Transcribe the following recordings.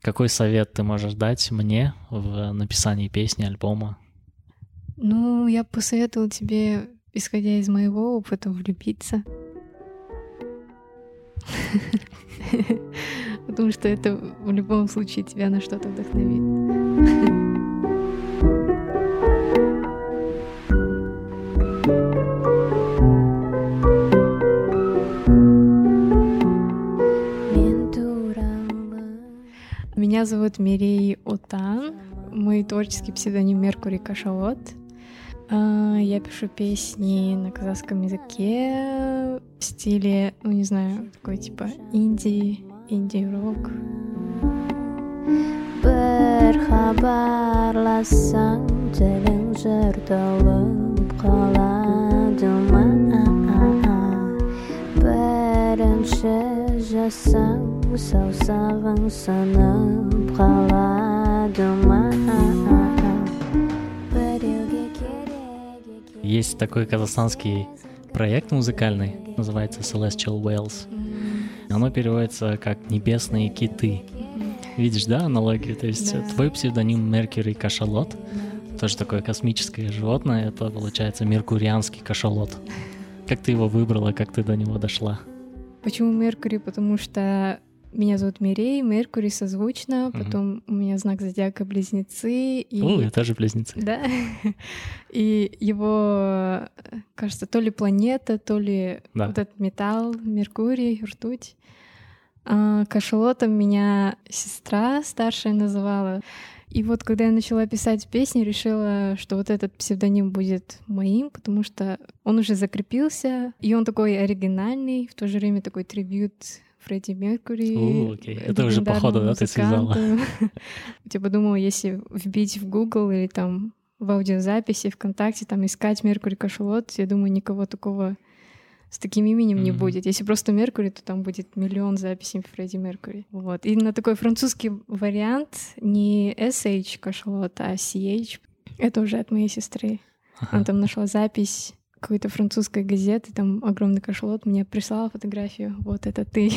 Какой совет ты можешь дать мне в написании песни, альбома? Ну, я бы посоветовала тебе, исходя из моего опыта, влюбиться. Потому что это в любом случае тебя на что-то вдохновит. Меня зовут Мирей Отан. Мой творческий псевдоним Меркурий Кашалот. Я пишу песни на казахском языке в стиле, ну не знаю, такой типа инди-рок. Есть такой казахстанский проект музыкальный, называется Celestial Whales. Оно переводится как «небесные киты». Видишь, да, аналогию? То есть твой псевдоним Меркурий Кашалот, тоже такое космическое животное, это получается меркурианский кашалот. Как ты его выбрала, как ты до него дошла? Почему Меркурий? Потому что меня зовут Мирей, Меркурий созвучно, потом у меня знак зодиака Близнецы. Я тоже Близнецы. Да. И его, кажется, то ли планета, то ли вот этот металл, Меркурий, ртуть. Кашалотом меня сестра старшая называла. И вот когда я начала писать песни, решила, что вот этот псевдоним будет моим, потому что он уже закрепился, и он такой оригинальный, в то же время такой трибьют Фредди Меркьюри. Окей. Это уже походу, да, ты связала? Я подумала, если вбить в Google или там в аудиозаписи ВКонтакте, там искать Меркурий Кашалот, я думаю, никого такого с таким именем не будет. Если просто Меркурий, то там будет миллион записей Фредди Меркьюри. Вот. И на такой французский вариант не SH Кашалот, а CH. Это уже от моей сестры. Она там нашла запись какой-то французской газеты, там огромный кашалот, мне прислала фотографию. Вот это ты.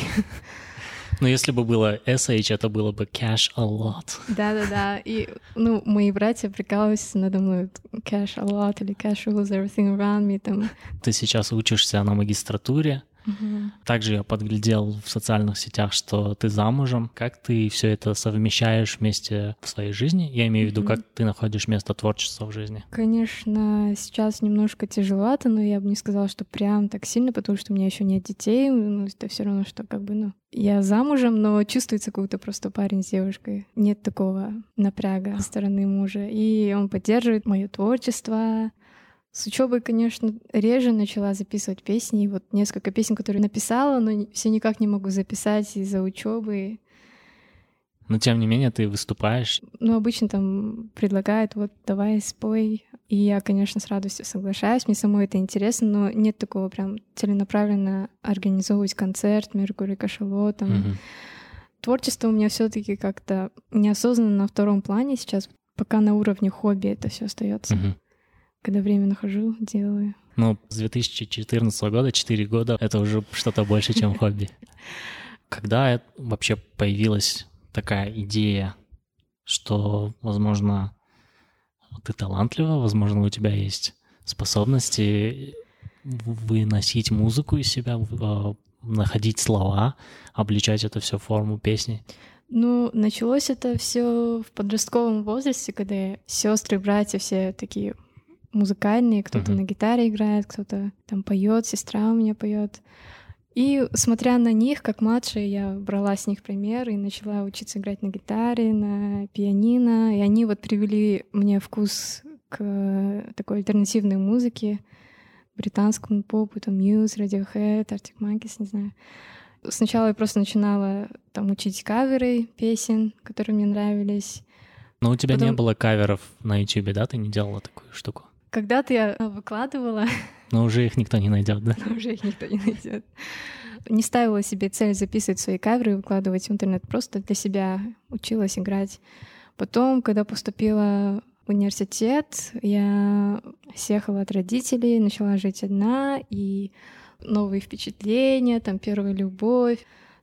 Но если бы было SH, это было бы cash a lot. Да. И, мои братья прикалываются надо мной. Cash a lot или cash rules everything around me. Там. Ты сейчас учишься на магистратуре. Также я подглядел в социальных сетях, что ты замужем. Как ты все это совмещаешь вместе в своей жизни? Я имею в виду, как ты находишь место творчества в жизни? Конечно, сейчас немножко тяжеловато, но я бы не сказала, что прям так сильно, потому что у меня еще нет детей. Это все равно, что я замужем, но чувствуется, как будто просто парень с девушкой. Нет такого напряга со стороны мужа. И он поддерживает мое творчество. С учебой, конечно, реже начала записывать песни. И вот несколько песен, которые написала, но все никак не могу записать из-за учебы. Но тем не менее ты выступаешь. Обычно там предлагают, давай спой. И я, конечно, с радостью соглашаюсь. Мне самой это интересно, но нет такого прям целенаправленно организовывать концерт Меркурий Кашалот. Творчество у меня все-таки как-то неосознанно на втором плане сейчас. Пока на уровне хобби это все остается. Когда время нахожу, делаю. С 2014 года, 4 года, это уже что-то больше, чем хобби. Когда вообще появилась такая идея, что, возможно, ты талантлива, возможно, у тебя есть способности выносить музыку из себя, находить слова, обличать это все в форму песни? Началось это все в подростковом возрасте, когда сестры, братья все такие музыкальные, кто-то на гитаре играет, кто-то там поет, сестра у меня поет. И смотря на них, как младшая, я брала с них пример и начала учиться играть на гитаре, на пианино. И они привели мне вкус к такой альтернативной музыке, британскому попу, там Muse, Radiohead, Arctic Monkeys, не знаю. Сначала я просто начинала там учить каверы песен, которые мне нравились. Но у тебя не было каверов на YouTube, да? Ты не делала такую штуку? Когда-то я выкладывала. Но уже их никто не найдет, да? Уже их никто не найдет. Не ставила себе цель записывать свои каверы и выкладывать в интернет. Просто для себя училась играть. Потом, когда поступила в университет, я съехала от родителей, начала жить одна, и новые впечатления, там первая любовь.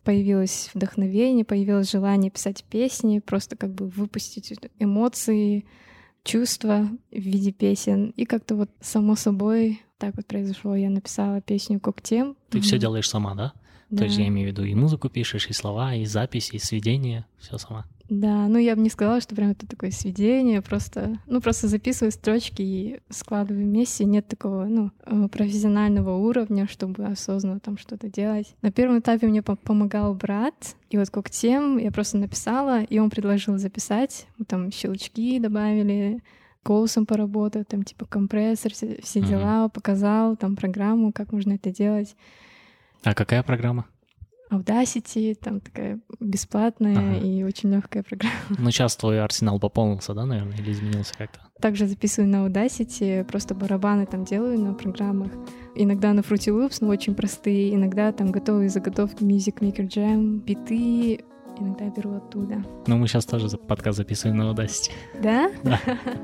появилось вдохновение, появилось желание писать песни, просто как бы выпустить эмоции, чувства в виде песен. И как-то вот само собой так вот произошло. Я написала песню «Коктем». Ты все делаешь сама, да? Да. То есть я имею в виду и музыку пишешь, и слова, и записи, и сведения, все сама. Да, ну я бы не сказала, что прям это такое сведение, просто записываю строчки и складываю вместе. Нет такого, профессионального уровня, чтобы осознанно там что-то делать. На первом этапе мне помогал брат, и вот «Коктем» я просто написала, и он предложил записать. Мы там щелчки добавили, голосом поработал, там типа компрессор, все дела, показал там программу, как можно это делать. А какая программа? Audacity, там такая бесплатная и очень легкая программа. Ну, сейчас твой арсенал пополнился, да, наверное, или изменился как-то? Также записываю на Audacity, просто барабаны там делаю на программах. Иногда на Fruity Loops, но очень простые, иногда там готовые заготовки Music Maker Jam, биты, иногда беру оттуда. Ну, мы сейчас тоже подкаст записываем на Audacity. Да? Да.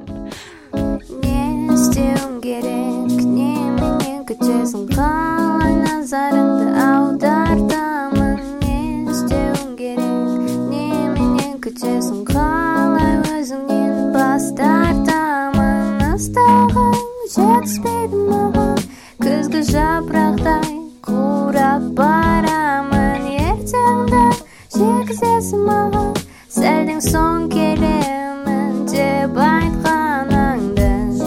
Күтесің қалай өзіңнен бас тартамын ыстығың жетіспейді маған күзгі жапырақтай қурап барамын ертеңді жеткізесің маған сәлден соң келемін деп айтқаныңды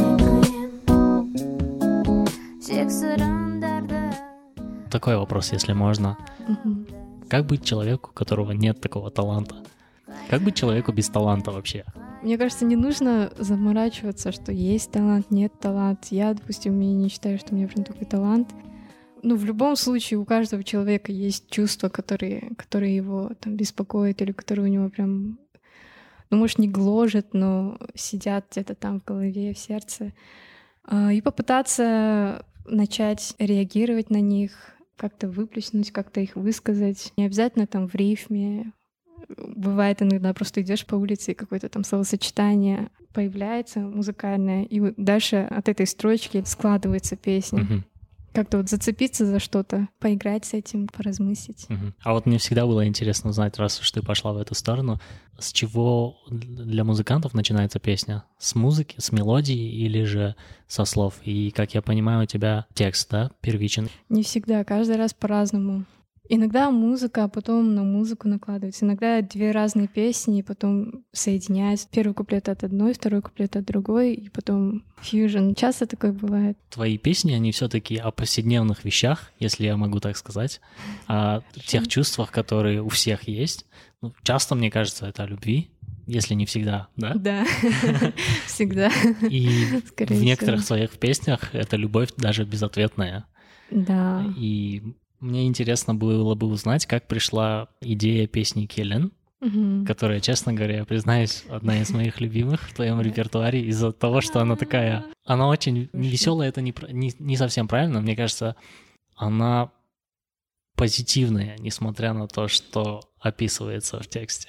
жек сырымдарды. Такой вопрос, если можно. Как быть человеку, у которого нет такого таланта? Как быть человеку без таланта вообще? Мне кажется, не нужно заморачиваться, что есть талант, нет талант. Я, допустим, не считаю, что у меня прям такой талант. В любом случае у каждого человека есть чувства, которые его там беспокоят или которые у него прям, может, не гложет, но сидят где-то там в голове, в сердце. И попытаться начать реагировать на них, как-то выплеснуть, как-то их высказать. Не обязательно там в рифме. Бывает иногда просто идешь по улице, и какое-то там словосочетание появляется музыкальное, и дальше от этой строчки складывается песня. Как-то вот зацепиться за что-то, поиграть с этим, поразмыслить. А вот мне всегда было интересно узнать, раз уж ты пошла в эту сторону, с чего для музыкантов начинается песня? С музыки, с мелодии или же со слов? И, как я понимаю, у тебя текст, да, первичен? Не всегда, каждый раз по-разному. Иногда музыка, а потом на музыку накладывается. Иногда две разные песни, и потом соединяются. Первый куплет от одной, второй куплет от другой, и потом фьюжн. Часто такое бывает. Твои песни, они все-таки о повседневных вещах, если я могу так сказать, о тех чувствах, которые у всех есть. Часто, мне кажется, это о любви, если не всегда, да? Да, всегда. И в некоторых своих песнях это любовь даже безответная. Да. И мне интересно было бы узнать, как пришла идея песни «Келен», которая, честно говоря, я признаюсь, одна из моих любимых в твоем репертуаре из-за того, что она такая... Она очень веселая, это не совсем правильно. Мне кажется, она позитивная, несмотря на то, что описывается в тексте.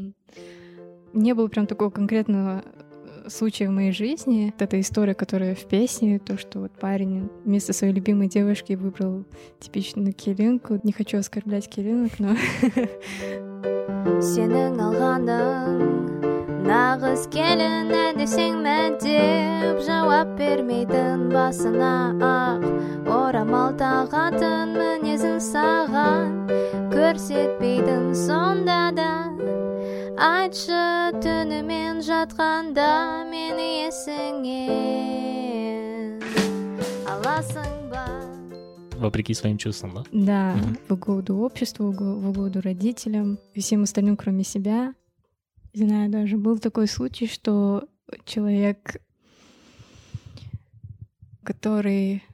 Не было прям такого конкретного случая в моей жизни. Это история, которая в песне, то, что вот парень вместо своей любимой девушки выбрал типичную келинку. Не хочу оскорблять келинок, но... Сенің алғаның нағыз келіні десең ме деп жауап бермейтін басына ақ орамал тағатын мінезін саған көрсетпейтін сонда да айтшы түнімен жатқанда мені есіңнен аласың ба. Вопреки своим чувствам, да? Да, в угоду обществу, в угоду родителям и всем остальным, кроме себя. Не знаю, даже был такой случай, что человек, который,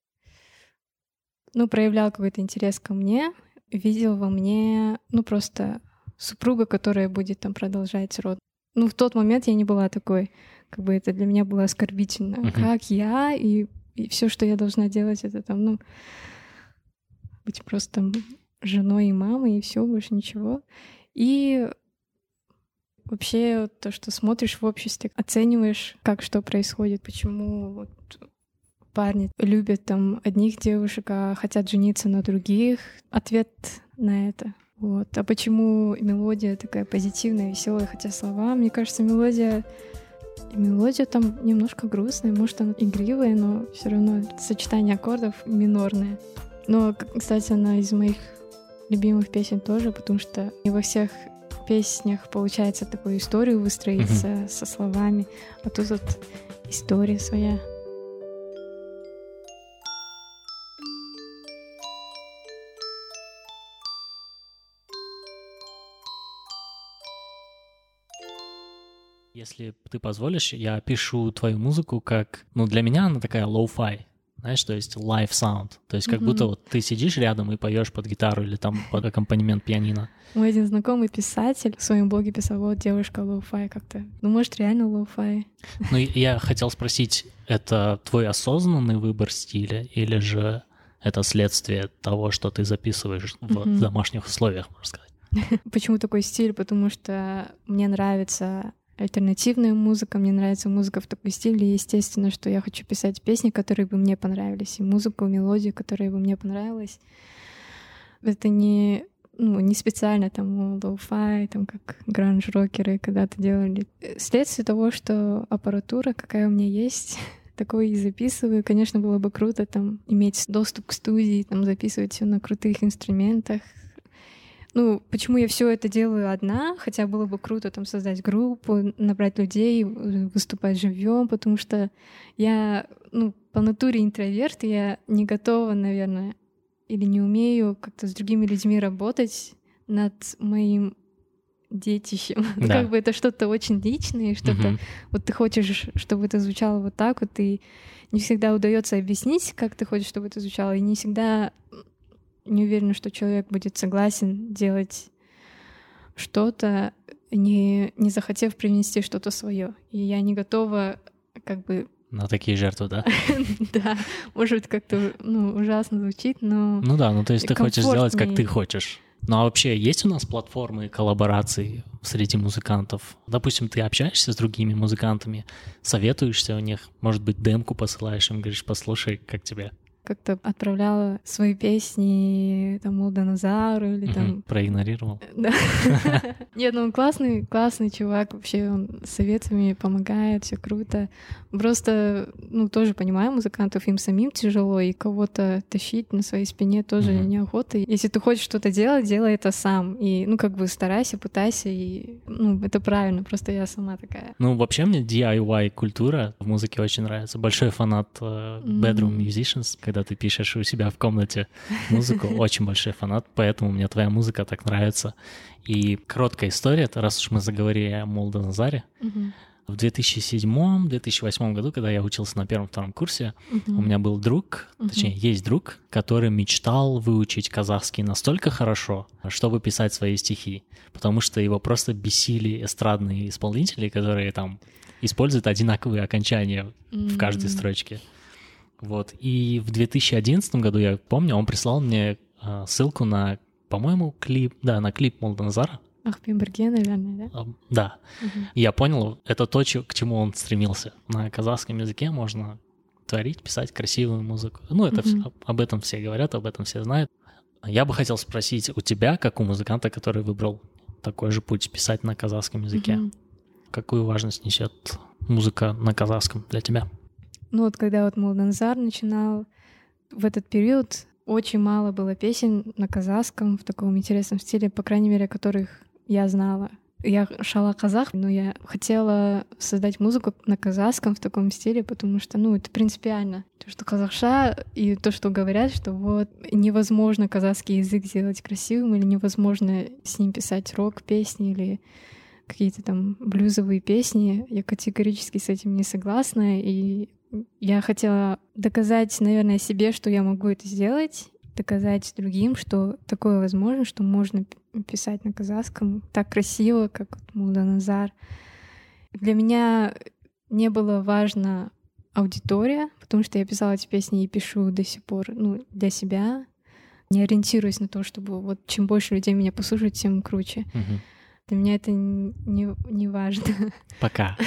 проявлял какой-то интерес ко мне, видел во мне, просто супруга, которая будет там продолжать род. В тот момент я не была такой, как бы это для меня было оскорбительно. Как я и все, что я должна делать, это там, быть просто женой и мамой, и все, больше ничего. И вообще то, что смотришь в обществе, оцениваешь, как что происходит, почему вот парни любят там одних девушек, а хотят жениться на других. Ответ на это Вот. А почему мелодия такая позитивная, веселая, хотя слова, мне кажется, мелодия там немножко грустная, может, она игривая, но все равно сочетание аккордов минорное. Но, кстати, она из моих любимых песен тоже, потому что не во всех песнях получается такую историю выстроить со словами, а тут вот история своя. Если ты позволишь, я пишу твою музыку как... для меня она такая low-fi, знаешь, то есть live sound. То есть как будто вот ты сидишь рядом и поешь под гитару или там под аккомпанемент пианино. Мой один знакомый писатель в своем блоге писал, вот девушка low-fi как-то. Может, реально low-fi. Я хотел спросить, это твой осознанный выбор стиля или же это следствие того, что ты записываешь в домашних условиях, можно сказать? Почему такой стиль? Потому что мне нравится альтернативная музыка, мне нравится музыка в такой стиле, и естественно, что я хочу писать песни, которые бы мне понравились, и музыку, мелодию, которая бы мне понравилась. Это не специально там лоу-фай, там как гранж-рокеры когда-то делали. Следствие того, что аппаратура, какая у меня есть, такое и записываю. Конечно, было бы круто там иметь доступ к студии, там записывать все на крутых инструментах. Почему я все это делаю одна, хотя было бы круто там создать группу, набрать людей, выступать живьем, потому что я, по натуре интроверт, и я не готова, наверное, или не умею как-то с другими людьми работать над моим детищем. Да. Как бы это что-то очень личное, что-то вот ты хочешь, чтобы это звучало вот так вот, и не всегда удается объяснить, как ты хочешь, чтобы это звучало, и не всегда не уверена, что человек будет согласен делать что-то, не захотев привнести что-то свое. И я не готова как бы... На такие жертвы, да? Да, может быть, как-то ужасно звучит, но... То есть ты хочешь сделать, как ты хочешь. А вообще есть у нас платформы коллабораций среди музыкантов? Допустим, ты общаешься с другими музыкантами, советуешься у них, может быть, демку посылаешь им, говоришь, послушай, как тебе? Как-то отправляла свои песни там Молданазару или там... Проигнорировал? Да. Нет, он классный чувак, вообще он советами помогает, все круто. Просто, тоже понимаю музыкантов, им самим тяжело, и кого-то тащить на своей спине тоже неохота. Если ты хочешь что-то делать, делай это сам. И, старайся, пытайся, и, это правильно, просто я сама такая. Вообще мне DIY-культура в музыке очень нравится. Большой фанат Bedroom Musicians, когда ты пишешь у себя в комнате музыку, очень большой фанат, поэтому мне твоя музыка так нравится. И короткая история, раз уж мы заговорили о Молданазаре, в 2007-2008 году, когда я учился на 1-2 курсе, у меня был друг, точнее, есть друг, который мечтал выучить казахский настолько хорошо, чтобы писать свои стихи, потому что его просто бесили эстрадные исполнители, которые там используют одинаковые окончания в каждой строчке. Вот. И в 2011 году, я помню, он прислал мне ссылку на, по-моему, клип Молданазара. Ахпенберге, наверное, да? Да. И я понял, это то, к чему он стремился. На казахском языке можно творить, писать красивую музыку. Это об этом все говорят, об этом все знают. Я бы хотел спросить у тебя, как у музыканта, который выбрал такой же путь, писать на казахском языке, какую важность несет музыка на казахском для тебя? Когда Молданазар начинал, в этот период очень мало было песен на казахском в таком интересном стиле, по крайней мере, которых я знала. Я шала казах, но я хотела создать музыку на казахском в таком стиле, потому что, это принципиально. То, что казахша, и то, что говорят, что вот невозможно казахский язык сделать красивым, или невозможно с ним писать рок-песни, или какие-то там блюзовые песни. Я категорически с этим не согласна, и я хотела доказать, наверное, себе, что я могу это сделать, доказать другим, что такое возможно, что можно писать на казахском так красиво, как Молданазар. Для меня не было важно аудитория, потому что я писала эти песни и пишу до сих пор для себя, не ориентируясь на то, чтобы вот чем больше людей меня послушают, тем круче. Для меня это не важно. Пока.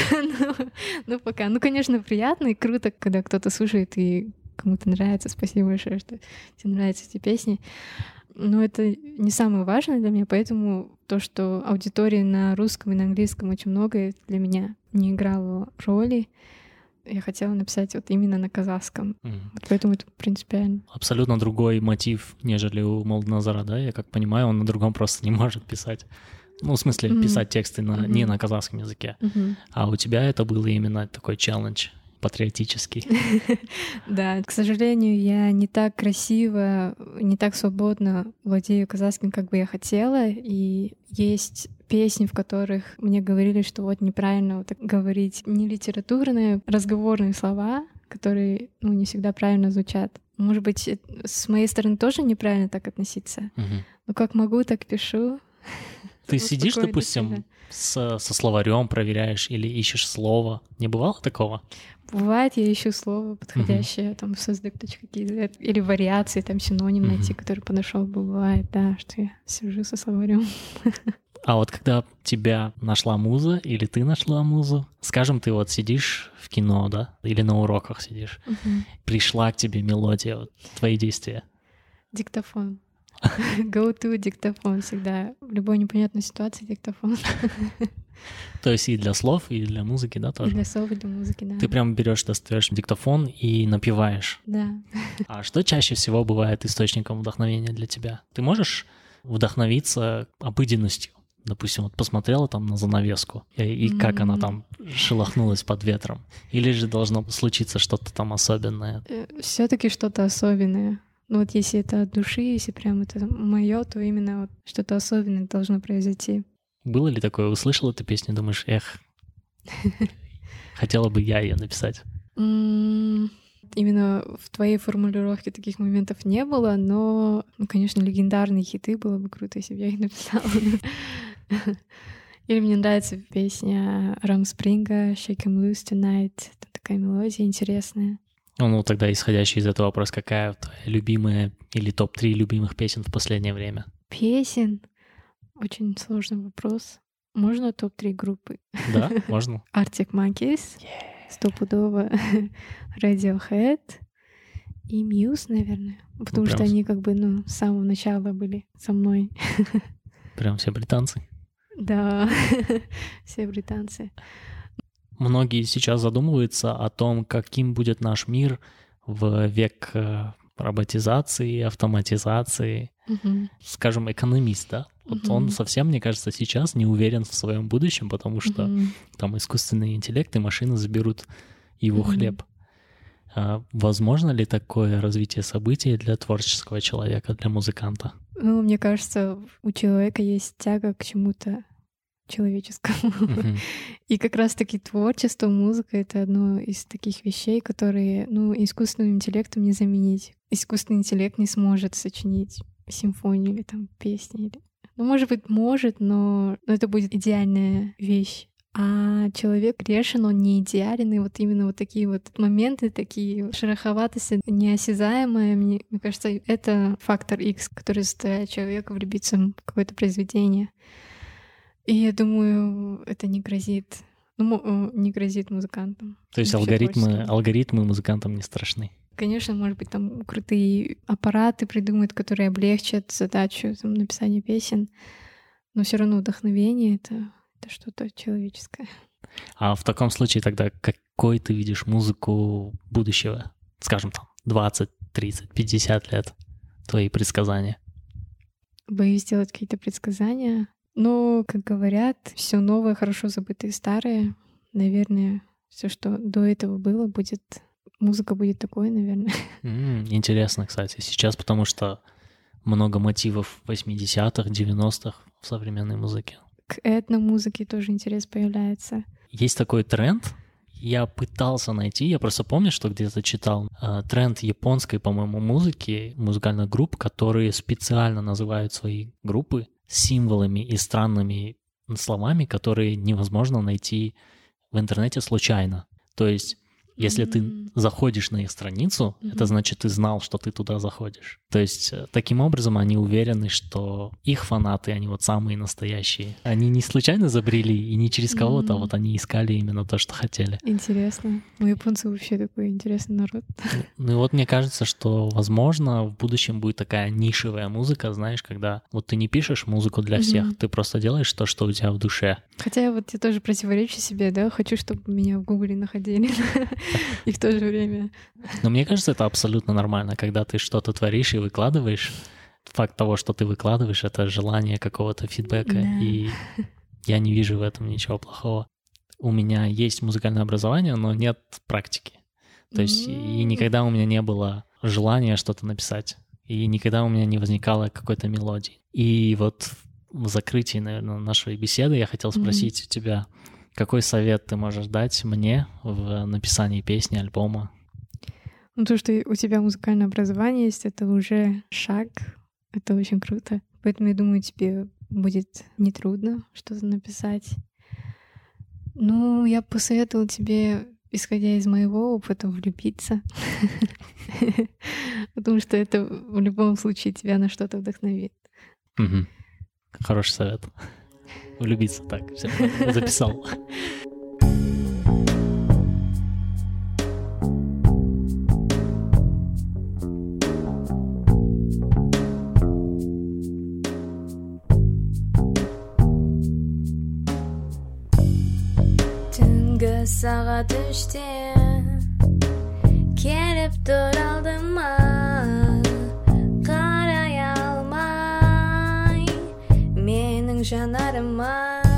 Пока. Конечно, приятно и круто, когда кто-то слушает и кому-то нравится. Спасибо большое, что тебе нравятся эти песни. Но это не самое важное для меня, поэтому то, что аудитории на русском и на английском очень много, для меня не играло роли. Я хотела написать вот именно на казахском. Вот поэтому это принципиально. Абсолютно другой мотив, нежели у Молданазара, да? Я как понимаю, он на другом просто не может писать. Ну, в смысле, писать тексты не на казахском языке. А у тебя это был именно такой челлендж патриотический. Да, к сожалению, я не так красиво, не так свободно владею казахским, как бы я хотела. И есть песни, в которых мне говорили, что вот неправильно вот так говорить не литературные, разговорные слова, которые, ну, не всегда правильно звучат. Может быть, с моей стороны тоже неправильно так относиться. Но как могу, так пишу. Ты сидишь, допустим, со словарем проверяешь или ищешь слово. Не бывало такого? Бывает, я ищу слово подходящее, там, в source.kz, или вариации, там, синоним найти, который подошел. Бывает, да, что я сижу со словарем. А вот когда тебя нашла муза, или ты нашла музу, скажем, ты вот сидишь в кино, да, или на уроках сидишь, пришла к тебе мелодия, вот, твои действия. Диктофон. Go to диктофон всегда. В любой непонятной ситуации диктофон. То есть и для слов, и для музыки, да, тоже? И для слов, и для музыки, да. Ты прям достаешь диктофон и напеваешь. Да. А что чаще всего бывает источником вдохновения для тебя? Ты можешь вдохновиться обыденностью? Допустим, вот посмотрела там на занавеску, и как она там шелохнулась под ветром. Или же должно случиться что-то там особенное? Все-таки что-то особенное. Ну вот если это от души, если прям это мое, то именно вот что-то особенное должно произойти. Было ли такое? Услышал эту песню, думаешь, эх, хотела бы я ее написать? Именно в твоей формулировке таких моментов не было, но, ну, конечно, легендарные хиты, было бы круто, если бы я их написала. Или мне нравится песня Рамспринга «Shake 'em loose tonight». Там такая мелодия интересная. Ну, тогда, исходящий из этого вопрос, какая твоя любимая или топ-3 любимых песен в последнее время? Песен? Очень сложный вопрос. Можно топ-3 группы? Да, можно. Arctic Monkeys, стопудово, Radiohead и Muse, наверное. Потому что они как бы, ну, с самого начала были со мной. Прям все британцы? Да, все британцы. Многие сейчас задумываются о том, каким будет наш мир в век роботизации, автоматизации. Скажем, экономист, да? Вот он совсем, мне кажется, сейчас не уверен в своем будущем, потому что там искусственный интеллект и машины заберут его хлеб. Возможно ли такое развитие событий для творческого человека, для музыканта? Ну, мне кажется, у человека есть тяга к чему-то человеческому. И как раз-таки творчество, музыка — это одно из таких вещей, которые, ну, искусственным интеллектом не заменить. Искусственный интеллект не сможет сочинить симфонию или там песни. Ну, может быть, может, но это будет идеальная вещь. А человек грешен, он не идеален, и вот именно вот такие вот моменты, такие шероховатости, неосязаемые, мне кажется, это фактор X, который заставляет человека влюбиться в какое-то произведение. И я думаю, это не грозит музыкантам. То есть алгоритмы музыкантам не страшны? Конечно, может быть, там крутые аппараты придумают, которые облегчат задачу там, написания песен, но все равно вдохновение — это что-то человеческое. А в таком случае тогда какой ты видишь музыку будущего? Скажем, там 20, 30, 50 лет, твои предсказания? Боюсь сделать какие-то предсказания. Но, как говорят, все новое, хорошо забытое старое. Наверное, все, что до этого было, музыка будет такой, наверное. Интересно, кстати, сейчас, потому что много мотивов 80-х, 90-х в современной музыке. К этномузыке тоже интерес появляется. Есть такой тренд, я пытался найти, я просто помню, что где-то читал, тренд японской, по-моему, музыки, музыкальных групп, которые специально называют свои группы символами и странными словами, которые невозможно найти в интернете случайно. То есть Если ты заходишь на их страницу, это значит, ты знал, что ты туда заходишь. То есть таким образом они уверены, что их фанаты, они вот самые настоящие. Они не случайно забрели и не через кого-то, а вот они искали именно то, что хотели. Интересно. Ну, японцы вообще такой интересный народ. Ну и вот мне кажется, что, возможно, в будущем будет такая нишевая музыка, знаешь, когда вот ты не пишешь музыку для всех, ты просто делаешь то, что у тебя в душе. Хотя вот я тоже противоречу себе, да, хочу, чтобы меня в Гугле находили, и в то же время. Но мне кажется, это абсолютно нормально, когда ты что-то творишь и выкладываешь. Факт того, что ты выкладываешь, это желание какого-то фидбэка, и я не вижу в этом ничего плохого. У меня есть музыкальное образование, но нет практики. То есть и никогда у меня не было желания что-то написать, и никогда у меня не возникало какой-то мелодии. И вот в закрытии, наверное, нашей беседы я хотел спросить у тебя, какой совет ты можешь дать мне в написании песни, альбома? Ну, то, что у тебя музыкальное образование есть, это уже шаг, это очень круто. Поэтому, я думаю, тебе будет нетрудно что-то написать. Ну, я посоветовала тебе, исходя из моего опыта, влюбиться. Потому что это в любом случае тебя на что-то вдохновит. Хороший совет. Влюбиться, так, все, записал. Түнгі сағат 3-те келіп тұр алдыма, қарай алмай менің жанарыма,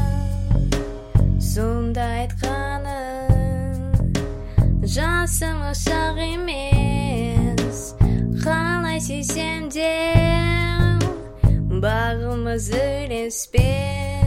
сонда айтқаның жасым ұсақ емес, қалай сүйсем де бағымыз үйлеспес.